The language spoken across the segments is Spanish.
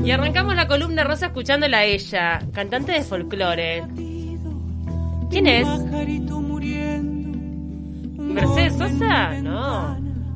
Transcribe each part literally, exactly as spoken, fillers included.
Y arrancamos la columna rosa escuchándola a ella, cantante de folclore. ¿Quién es? ¿Mercedes Sosa? No.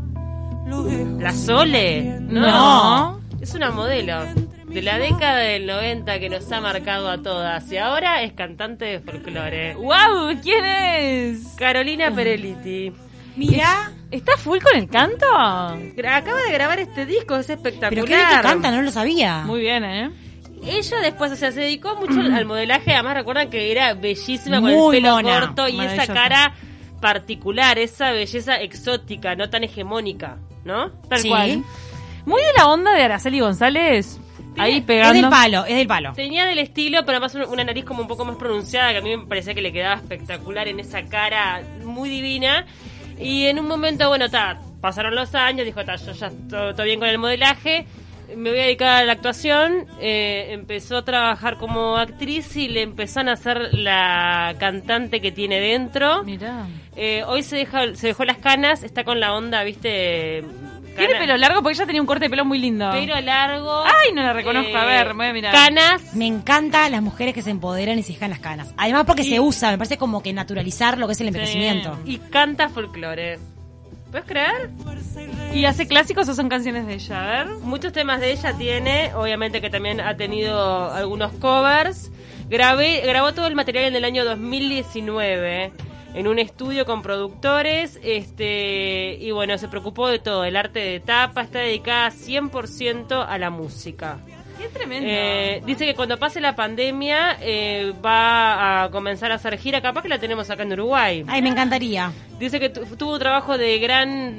¿La Sole? No. Es una modelo de la década del noventa que nos ha marcado a todas y ahora es cantante de folclore. ¡Wow! ¿Quién es? Carolina Pereliti. Mira, ¿está full con el canto? Acaba de grabar este disco, es espectacular. ¿Pero qué es que canta? No lo sabía. Muy bien, ¿eh? Ella después, o sea, se dedicó mucho al modelaje. Además, recuerdan que era bellísima con Muy el pelo mona, corto y esa cara particular, esa belleza exótica, no tan hegemónica, ¿no? Tal Sí. cual. Muy de la onda de Araceli González. Ahí pegando. Es del palo, es del palo. Tenía del estilo, pero además una, una nariz como un poco más pronunciada, que a mí me parecía que le quedaba espectacular en esa cara muy divina. Y en un momento, bueno, ta, pasaron los años, dijo, ta, yo ya todo, todo bien con el modelaje, me voy a dedicar a la actuación. Eh, empezó a trabajar como actriz y le empezó a nacer la cantante que tiene dentro. Mirá. Eh, hoy se, deja, se dejó las canas, está con la onda, viste... Tiene pelo largo porque ella tenía un corte de pelo muy lindo. Pelo largo. Ay, no la reconozco. Eh, a ver, voy a mirar. Canas. Me encantan las mujeres que se empoderan y se dejan las canas. Además porque Y- se usa, me parece como que naturalizar lo que es el envejecimiento. Y canta folclore. ¿Puedes creer? ¿Y hace clásicos o son canciones de ella? A ver. Muchos temas de ella tiene, obviamente que también ha tenido algunos covers. Grabé, grabó todo el material en el año dos mil diecinueve en un estudio con productores, este y bueno, se preocupó de todo, el arte de tapa, está dedicada cien por ciento a la música. Qué tremendo. Eh, dice que cuando pase la pandemia eh, va a comenzar a hacer gira, capaz que la tenemos acá en Uruguay. Ay, me encantaría. Dice que tu- tuvo un trabajo de gran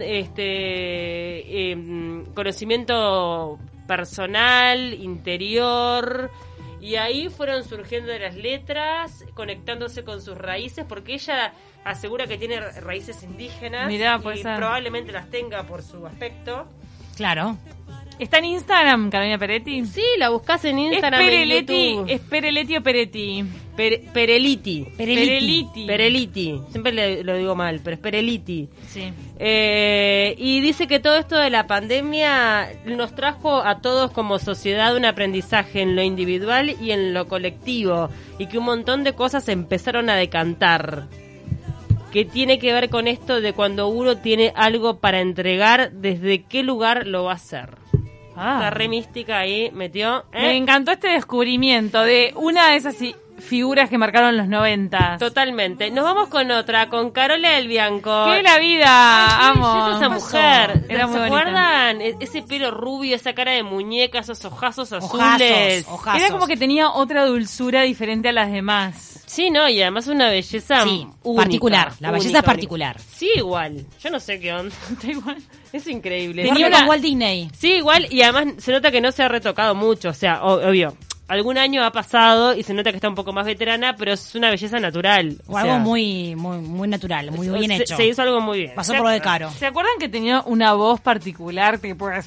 este eh, conocimiento personal, interior, y ahí fueron surgiendo las letras, conectándose con sus raíces, porque ella asegura que tiene ra- raíces indígenas. Mirá, puede y ser. probablemente las tenga por su aspecto. Claro. ¿Está en Instagram, Carolina Peretti? Sí, la buscas en ¿Es Instagram, en Pereleti, YouTube. ¿Es Pereleti o Peretti? Per- Pereliti. Pereliti. Pereliti. Siempre le- lo digo mal, pero es Pereliti. Sí. Eh, y dice que todo esto de la pandemia nos trajo a todos como sociedad un aprendizaje en lo individual y en lo colectivo, y que un montón de cosas empezaron a decantar, que tiene que ver con esto de cuando uno tiene algo para entregar, desde qué lugar lo va a hacer. Ah. Está re mística ahí, metió. ¿eh? Me encantó este descubrimiento de una de esas i- figuras que marcaron los noventas. Totalmente. Nos vamos con otra, con Carola del Bianco. ¡Qué la vida! Ay, qué Amo. belleza esa mujer. Era muy ¿Se bonita. acuerdan? E- Ese pelo rubio, esa cara de muñeca, esos ojazos azules. Ojazos, ojazos. Era como que tenía otra dulzura diferente a las demás. Sí, no, y además una belleza Sí, única, particular. La belleza única, es particular. única. Sí, igual. Yo no sé qué onda. Está igual. Es increíble. Tenía Sí, una una- Walt Disney. Sí, igual, y además se nota que no se ha retocado mucho, o sea, o- obvio. Algún año ha pasado y se nota que está un poco más veterana, pero es una belleza natural. O o algo sea, muy, muy, muy natural, muy bien se, hecho. Se hizo algo muy bien. Pasó por lo de Caro. ¿Se acuerdan que tenía una voz particular tipo así?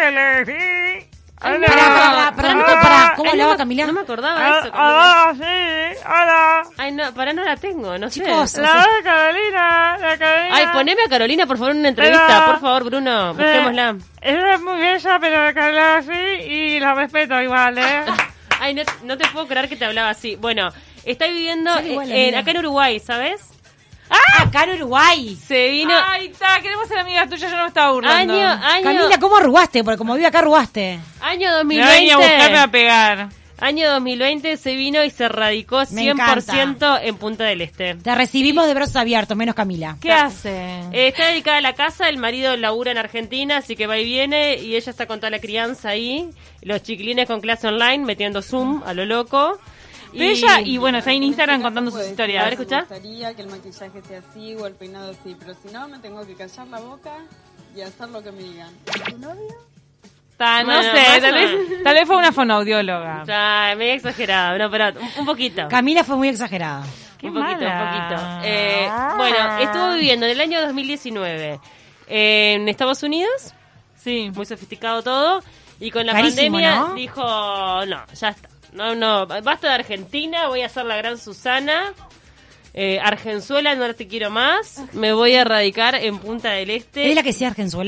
Sí, Ay, hola, Pará, pará, pará, hola, pará, pará. ¿Cómo Ay, hablaba no me- Camila? No me acordaba ah, eso. Camila. ah, sí, hola. Ay, no, para no la tengo, no Chicos, sé. o La sea- voz de Carolina, la Carolina. Ay, poneme a Carolina, por favor, en una entrevista. Pero- Por favor, Bruno, busquémosla. Ella es muy bella, pero que habla así y la respeto igual, ¿eh? Ay, no, no te puedo creer que te hablaba así. Bueno, está viviendo Sí, igual, en- en- amiga. acá en Uruguay, ¿sabes? ¡Ah! Acá en Uruguay. Se vino... Ay, está, queremos ser amigas tuyas, yo no me estaba burlando. Año, año, Camila, ¿cómo arrugaste? Porque como vive acá, arrugaste. año Me va a venir a buscarme a dos mil veinte. pegar. Año dos mil veinte se vino y se radicó Me cien por ciento encanta. en Punta del Este. Te recibimos de brazos abiertos, menos Camila. ¿Qué hace? Eh, está dedicada a la casa, el marido labura en Argentina, así que va y viene, y ella está con toda la crianza ahí, los chiquilines con clase online, metiendo Zoom a lo loco. Bella y bueno, está en Instagram contando sus A ver, historias. escucha. Me gustaría que el maquillaje sea así o el peinado así, pero si no, me tengo que callar la boca y hacer lo que me digan. ¿Tu novio? Ta, no Bueno, sé, más tal o vez, menos. tal vez fue una fonoaudióloga. Ya, medio exagerado, no, pero un, un poquito. Camila fue muy exagerada. Qué un poquito, mala. un poquito. Eh, bueno, estuvo viviendo en el año dos mil diecinueve en Estados Unidos, Sí. muy sofisticado todo, y con la Carísimo, pandemia ¿no? dijo, no, ya está. No, no, basta de Argentina, voy a ser la gran Susana. Eh, Argenzuela, no te quiero más. Me voy a radicar en Punta del Este. ¿Es la que sea Argenzuela?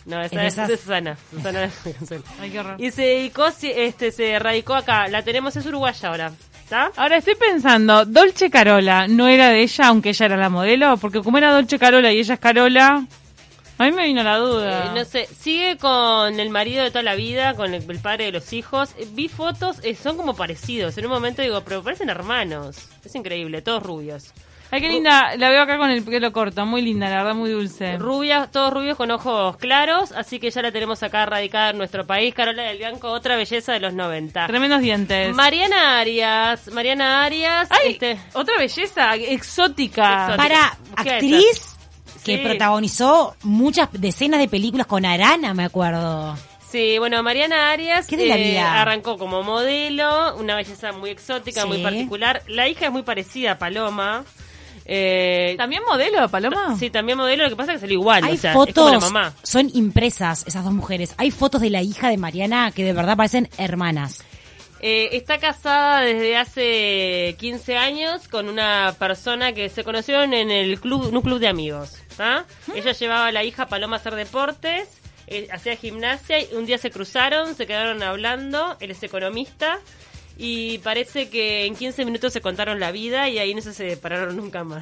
No, esa ¿Es de es, esas? esa es Susana. Susana de Consuelo. Ay, qué horror. Y se dedicó, si- este, se radicó acá. La tenemos, es uruguaya ahora. ¿Está? Ahora estoy pensando, Dolce Carola, ¿no era de ella, aunque ella era la modelo? Porque como era Dolce Carola y ella es Carola, a mí me vino la duda. Eh, no sé, sigue con el marido de toda la vida, con el, el padre de los hijos. Eh, Vi fotos, eh, son como parecidos. En un momento digo, pero parecen hermanos. Es increíble, todos rubios. Ay, qué linda, la veo acá con el pelo corto, muy linda, la verdad, muy dulce. Rubias, todos rubios con ojos claros, así que ya la tenemos acá radicada en nuestro país. Carola del Bianco, otra belleza de los noventa. Tremendos dientes. Mariana Arias, Mariana Arias, Ay, este, otra belleza, exótica. Exótica. Para Busqué actriz que Sí. protagonizó muchas decenas de películas con Arana, me acuerdo. sí, bueno, Mariana Arias ¿Qué de la eh, vida? arrancó como modelo, una belleza muy exótica, Sí. muy particular. La hija es muy parecida a Paloma. Eh, ¿También modelo, Paloma? Sí, también modelo, lo que pasa es que salió igual, Hay o sea, es como fotos, la mamá. son impresas esas dos mujeres. Hay fotos de la hija de Mariana que de verdad parecen hermanas. Eh, está casada desde hace quince años con una persona que se conocieron en el club, en un club de amigos. ¿ah? Ella llevaba a la hija Paloma a hacer deportes, eh, hacía gimnasia, y un día se cruzaron, se quedaron hablando, él es economista, y parece que en quince minutos se contaron la vida y ahí no se separaron nunca más.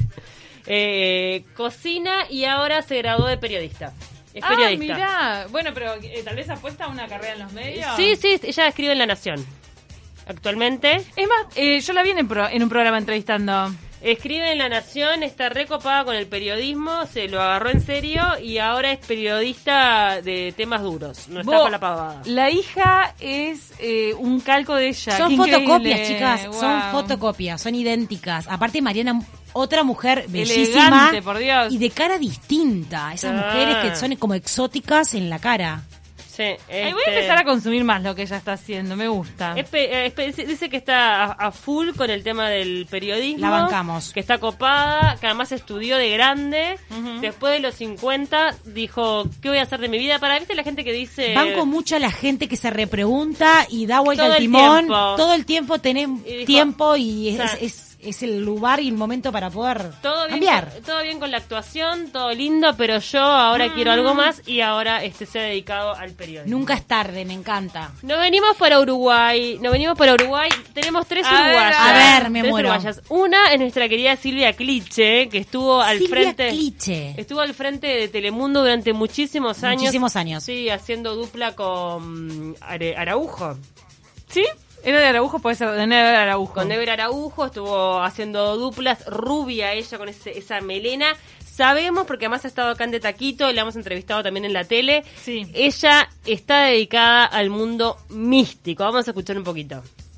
Eh, cocina y ahora se graduó de periodista. Es Ah, periodista. mirá. Bueno, pero eh, tal vez apuesta a una carrera en los medios. Sí, sí, ella escribe en La Nación. Actualmente Es más, eh, yo la vi en, el pro- en un programa entrevistando. escribe en La Nación, está recopada con el periodismo, se lo agarró en serio y ahora es periodista de temas duros. No está Vos, con la pavada. La hija es eh, un calco de ella. Son Qué fotocopias, increíble. chicas. Wow. Son fotocopias, son idénticas. Aparte, Mariana, otra mujer bellísima. Elegante, por Dios. Y de cara distinta. Esas Ah. mujeres que son como exóticas en la cara. Sí, Ay, voy a este, empezar a consumir más lo que ella está haciendo, me gusta. es pe- eh, es pe- dice que está a, a full con el tema del periodismo. La bancamos. Que está copada, que además estudió de grande. Ujú. Después de los cincuenta dijo, ¿qué voy a hacer de mi vida? Para viste la gente que dice... Banco mucho a la gente que se repregunta y da vuelta Todo al el timón. tiempo. Todo el tiempo tenemos Y dijo, tiempo y es, o sea, es, es el lugar y el momento para poder Todo bien, cambiar. con, todo bien con la actuación, todo lindo, pero yo ahora quiero algo más y ahora este se ha dedicado al periodismo. Nunca es tarde, me encanta. Nos venimos para Uruguay, nos venimos para Uruguay, tenemos tres A ver, uruguayas. a ver, me tres muero. uruguayas. Una es nuestra querida Silvia Cliche, que estuvo al Silvia frente Cliche. estuvo al frente de Telemundo durante muchísimos años. Muchísimos años. Sí, haciendo dupla con Are- Araujo. ¿Sí? ¿Era de Araujo? Puede ser de Never Araujo. Con Never Araujo estuvo haciendo duplas, rubia ella con ese, esa melena. Sabemos, porque además ha estado acá en De Taquito, y la hemos entrevistado también en la tele. Sí. Ella está dedicada al mundo místico. Vamos a escuchar un poquito.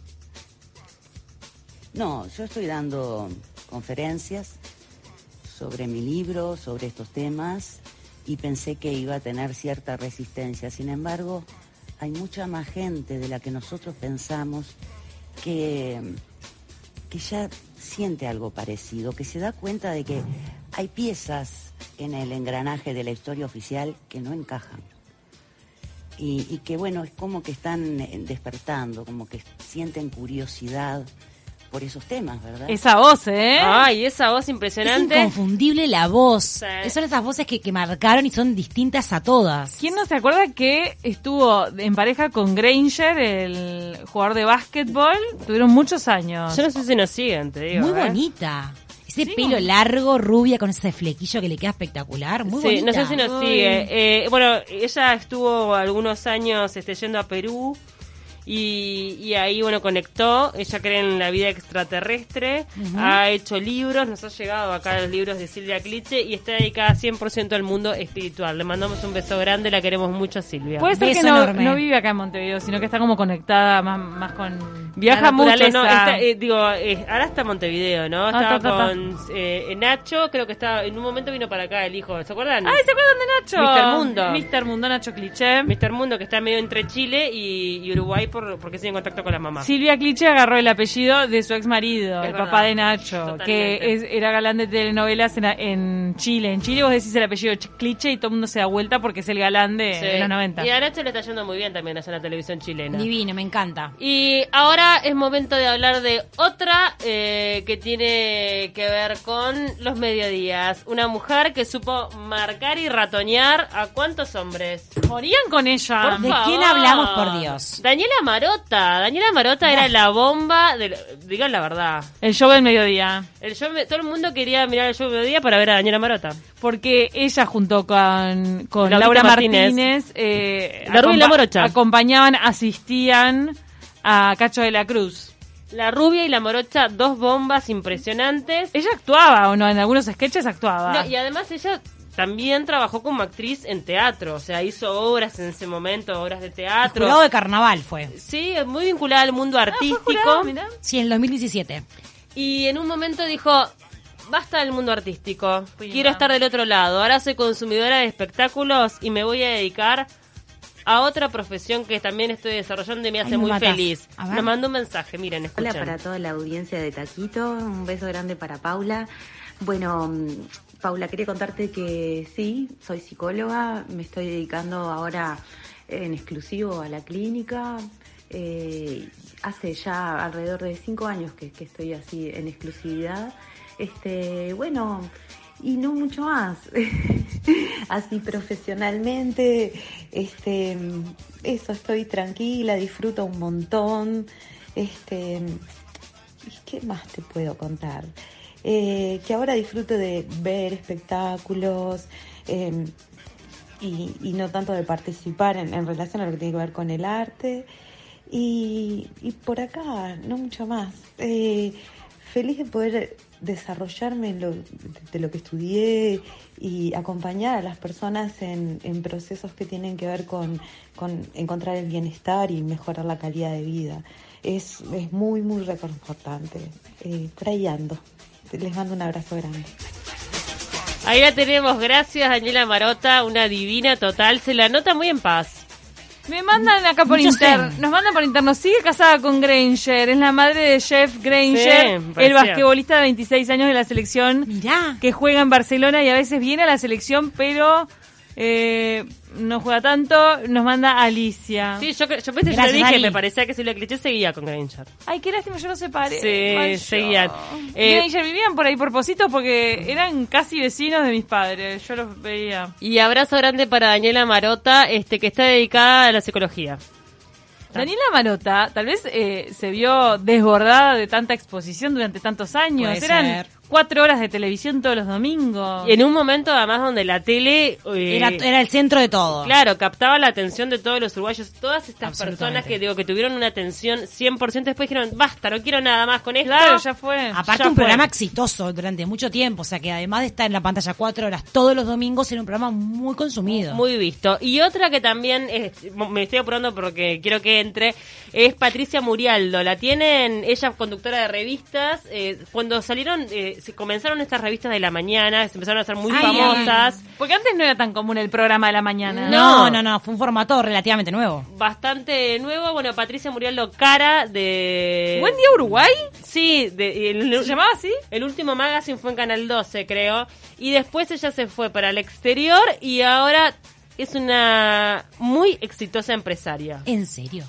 No, yo estoy dando conferencias sobre mi libro, sobre estos temas, y pensé que iba a tener cierta resistencia. Sin embargo, hay mucha más gente de la que nosotros pensamos que, que ya siente algo parecido, que se da cuenta de que hay piezas en el engranaje de la historia oficial que no encajan. Y, y que bueno, es como que están eh, despertando, como que sienten curiosidad por esos temas, ¿verdad? Esa voz, ¿eh? Ay, esa voz Es impresionante. inconfundible la voz. Sí. Son esas voces que, que marcaron y son distintas a todas. ¿Quién no se acuerda que estuvo en pareja con Granger, el jugador de básquetbol? Tuvieron muchos años. Yo no sé si nos siguen, te digo. Muy ¿eh? bonita. Ese Sí. pelo largo, rubia, con ese flequillo que le queda espectacular. Muy Sí, bonita. no sé si nos Uy. sigue. Eh, bueno, ella estuvo algunos años este, yendo a Perú y, y ahí, bueno, conectó. Ella cree en la vida extraterrestre, ha hecho libros, nos ha llegado acá los libros de Silvia Cliche y está dedicada cien por ciento al mundo espiritual. Le mandamos un beso grande, la queremos mucho a Silvia. Puede ser Beso que no, enorme. no vive acá en Montevideo, sino que está como conectada más, más con Viaja la mucho, naturaleza. ¿no? Está, eh, digo, eh, ahora está en Montevideo, ¿no? Ah, Estaba ta, ta, ta. con eh, Nacho, creo que estaba, en un momento vino para acá el hijo, ¿se acuerdan? ¡Ay, se acuerdan de Nacho! Mister Mundo. Mister Mundo, Nacho Cliché. Mister Mundo, que está medio entre Chile y, y Uruguay por, porque sigue en contacto con la mamá. Silvia Cliche agarró el apellido de su ex marido, Es el verdad. papá de Nacho, Totalmente. que es- era galán de telenovelas en, en Chile. En Chile vos decís el apellido Ch- Cliche y todo el mundo se da vuelta porque es el galán de, Sí. de los noventa. Y a Nacho le está yendo muy bien también allá en la televisión chilena. Divino, me encanta. Y ahora ahora es momento de hablar de otra eh, que tiene que ver con los mediodías. Una mujer que supo marcar y ratonear a cuántos hombres. Morían con ella. Por ¿De favor. quién hablamos, por Dios? Daniela Marota. Daniela Marota era la bomba de... Digan la verdad. El show del mediodía. El show, todo el mundo quería mirar el show del mediodía para ver a Daniela Marota. Porque ella junto con, con Laurita Laura Martínez. Martínez, eh, La Rubia y la Morocha. acompañaban, asistían a Cacho de la Cruz. La Rubia y la Morocha, dos bombas impresionantes. Ella actuaba, ¿o no? En algunos sketches actuaba. No, y además ella también trabajó como actriz en teatro. O sea, hizo obras en ese momento, obras de teatro. Jurado de carnaval fue. Sí, muy vinculada al mundo Ah, artístico. fue jurado, mirá. Sí, en el dos mil diecisiete. Y en un momento dijo, basta del mundo artístico, Fui quiero una- estar del otro lado. Ahora soy consumidora de espectáculos y me voy a dedicar a otra profesión que también estoy desarrollando y me hace Ay, me muy matás. feliz. A ver. Nos mandó un mensaje, miren, escuchen. Hola para toda la audiencia de Taquito, un beso grande para Paula. Bueno, mm, Paula, quería contarte que sí, soy psicóloga, me estoy dedicando ahora en exclusivo a la clínica. Eh, hace ya alrededor de cinco años que, que estoy así en exclusividad. Este, bueno, y no mucho más. Así profesionalmente, este, eso, estoy tranquila, disfruto un montón. Este, ¿y qué más te puedo contar? Eh, que ahora disfruto de ver espectáculos eh, y, y no tanto de participar en, en relación a lo que tiene que ver con el arte. Y, y por acá, no mucho más. Eh, feliz de poder desarrollarme en lo, de lo que estudié y acompañar a las personas en, en procesos que tienen que ver con, con encontrar el bienestar y mejorar la calidad de vida. Es, es muy, muy reconfortante. Eh, por ahí ando. Les mando un abrazo grande. Ahí la tenemos, gracias Daniela Marota, una divina total, se la nota muy en paz. Me mandan acá por Mucho interno, zen. nos mandan por interno, sigue casada con Granger, es la madre de Jeff Granger, Sí, parecía. el basquetbolista de veintiséis años de la selección Mirá. que juega en Barcelona y a veces viene a la selección, pero eh, no juega tanto. Nos manda Alicia. Sí, yo, cre- yo pensé, yo le Gracias, dije, Ali. me parecía que Silvia Cliché seguía con Granger. Ay, qué lástima, yo no separé. Sí, Mal yo. seguían. Eh, Granger vivían por ahí por Positos porque eran casi vecinos de mis padres, yo los veía. Y abrazo grande para Daniela Marota, este que está dedicada a la psicología. Daniela Marota tal vez eh, se vio desbordada de tanta exposición durante tantos años. Puede Eran ser. cuatro horas de televisión todos los domingos. Y en un momento además donde la tele... eh, Era, era el centro de todo. Claro, captaba la atención de todos los uruguayos. Todas estas Absolutamente. personas que digo que tuvieron una atención cien por ciento después dijeron, basta, no quiero nada más con esto. Claro, ya fue. Aparte Ya un fue. programa exitoso durante mucho tiempo, o sea que además de estar en la pantalla cuatro horas todos los domingos, era un programa muy consumido. Muy visto. Y otra que también es- me estoy apurando porque quiero que entre es Patricia Murialdo. La tienen, ella es conductora de revistas. eh, cuando salieron, eh, se comenzaron estas revistas de la mañana, se empezaron a hacer muy Ay, famosas. Porque antes no era tan común el programa de la mañana. No, no, no, fue un formato relativamente nuevo. Bastante nuevo. Bueno, Patricia Murialdo, cara de... ¿Buen día Uruguay? Sí, de, el, ¿Se llamaba así? El último magazine fue en Canal doce, creo. Y después ella se fue para el exterior y ahora es una muy exitosa empresaria. ¿En serio?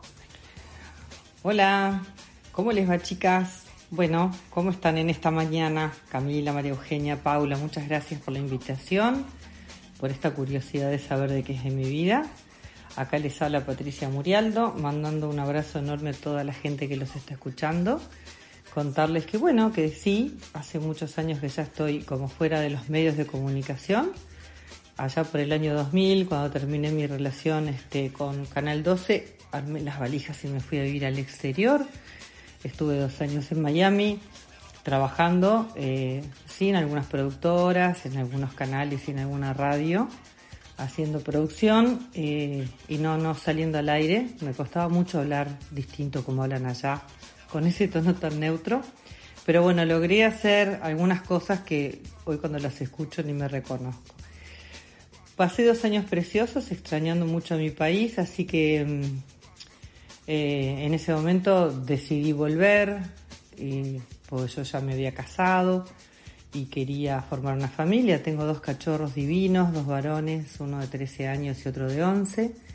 Hola, ¿cómo les va, chicas? Bueno, ¿cómo están en esta mañana? Camila, María Eugenia, Paula, muchas gracias por la invitación, por esta curiosidad de saber de qué es de mi vida. Acá les habla Patricia Murialdo, mandando un abrazo enorme a toda la gente que los está escuchando. Contarles que, bueno, que sí, hace muchos años que ya estoy como fuera de los medios de comunicación. Allá por el año dos mil, cuando terminé mi relación este, con Canal doce, armé las valijas y me fui a vivir al exterior. Estuve dos años en Miami trabajando, eh, sí, en algunas productoras, en algunos canales y en alguna radio, haciendo producción eh, y no, no saliendo al aire. Me costaba mucho hablar distinto como hablan allá, con ese tono tan neutro. Pero bueno, logré hacer algunas cosas que hoy cuando las escucho ni me reconozco. Pasé dos años preciosos extrañando mucho a mi país, así que eh, en ese momento decidí volver, y, porque yo ya me había casado y quería formar una familia. Tengo dos cachorros divinos, dos varones, uno de trece años y otro de once.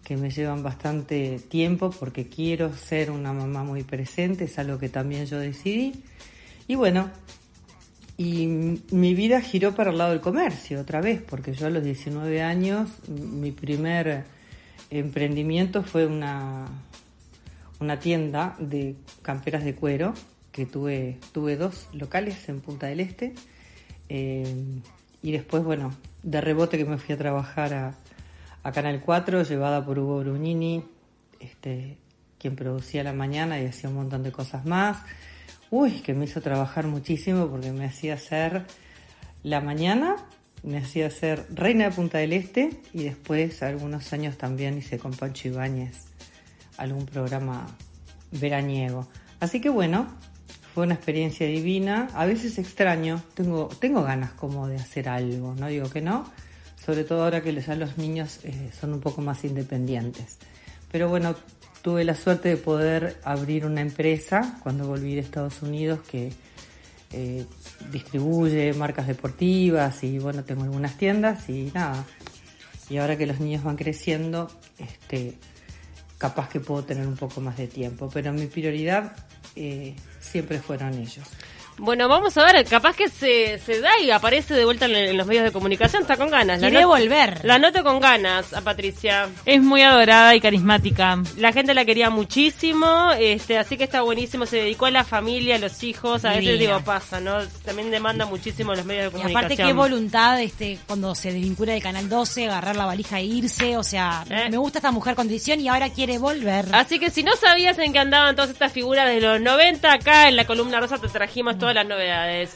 que me llevan bastante tiempo porque quiero ser una mamá muy presente, es algo que también yo decidí. Y bueno, y mi vida giró para el lado del comercio otra vez, porque yo a los diecinueve años, mi primer emprendimiento fue una, una tienda de camperas de cuero, que tuve, tuve dos locales en Punta del Este, eh, y después, bueno, de rebote que me fui a trabajar a a Canal cuatro, llevada por Hugo Brugnini, este, quien producía La Mañana y hacía un montón de cosas más. Uy, que me hizo trabajar muchísimo porque me hacía hacer La Mañana, me hacía hacer Reina de Punta del Este y después algunos años también hice con Pancho Ibáñez algún programa veraniego. Así que bueno, fue una experiencia divina. A veces extraño, tengo, tengo ganas como de hacer algo, no digo que no, sobre todo ahora que ya los niños eh, son un poco más independientes. Pero bueno, tuve la suerte de poder abrir una empresa cuando volví de Estados Unidos que eh, distribuye marcas deportivas y bueno, tengo algunas tiendas y nada. Y ahora que los niños van creciendo, este, capaz que puedo tener un poco más de tiempo, pero mi prioridad eh, siempre fueron ellos. Bueno, vamos a ver, capaz que se, se da y aparece de vuelta en, en los medios de comunicación, está con ganas. Quiere not- volver. La noto con ganas a Patricia. Es muy adorada y carismática. La gente la quería muchísimo, este, así que está buenísimo, se dedicó a la familia, a los hijos, a veces Divina. digo, pasa, ¿no? También demanda muchísimo los medios de Y comunicación. aparte qué voluntad este cuando se desvincula de Canal doce, agarrar la valija e irse, o sea, Eh. me gusta esta mujer con decisión y ahora quiere volver. Así que si no sabías en qué andaban todas estas figuras de los noventa, acá en la columna rosa te trajimos todas las novedades.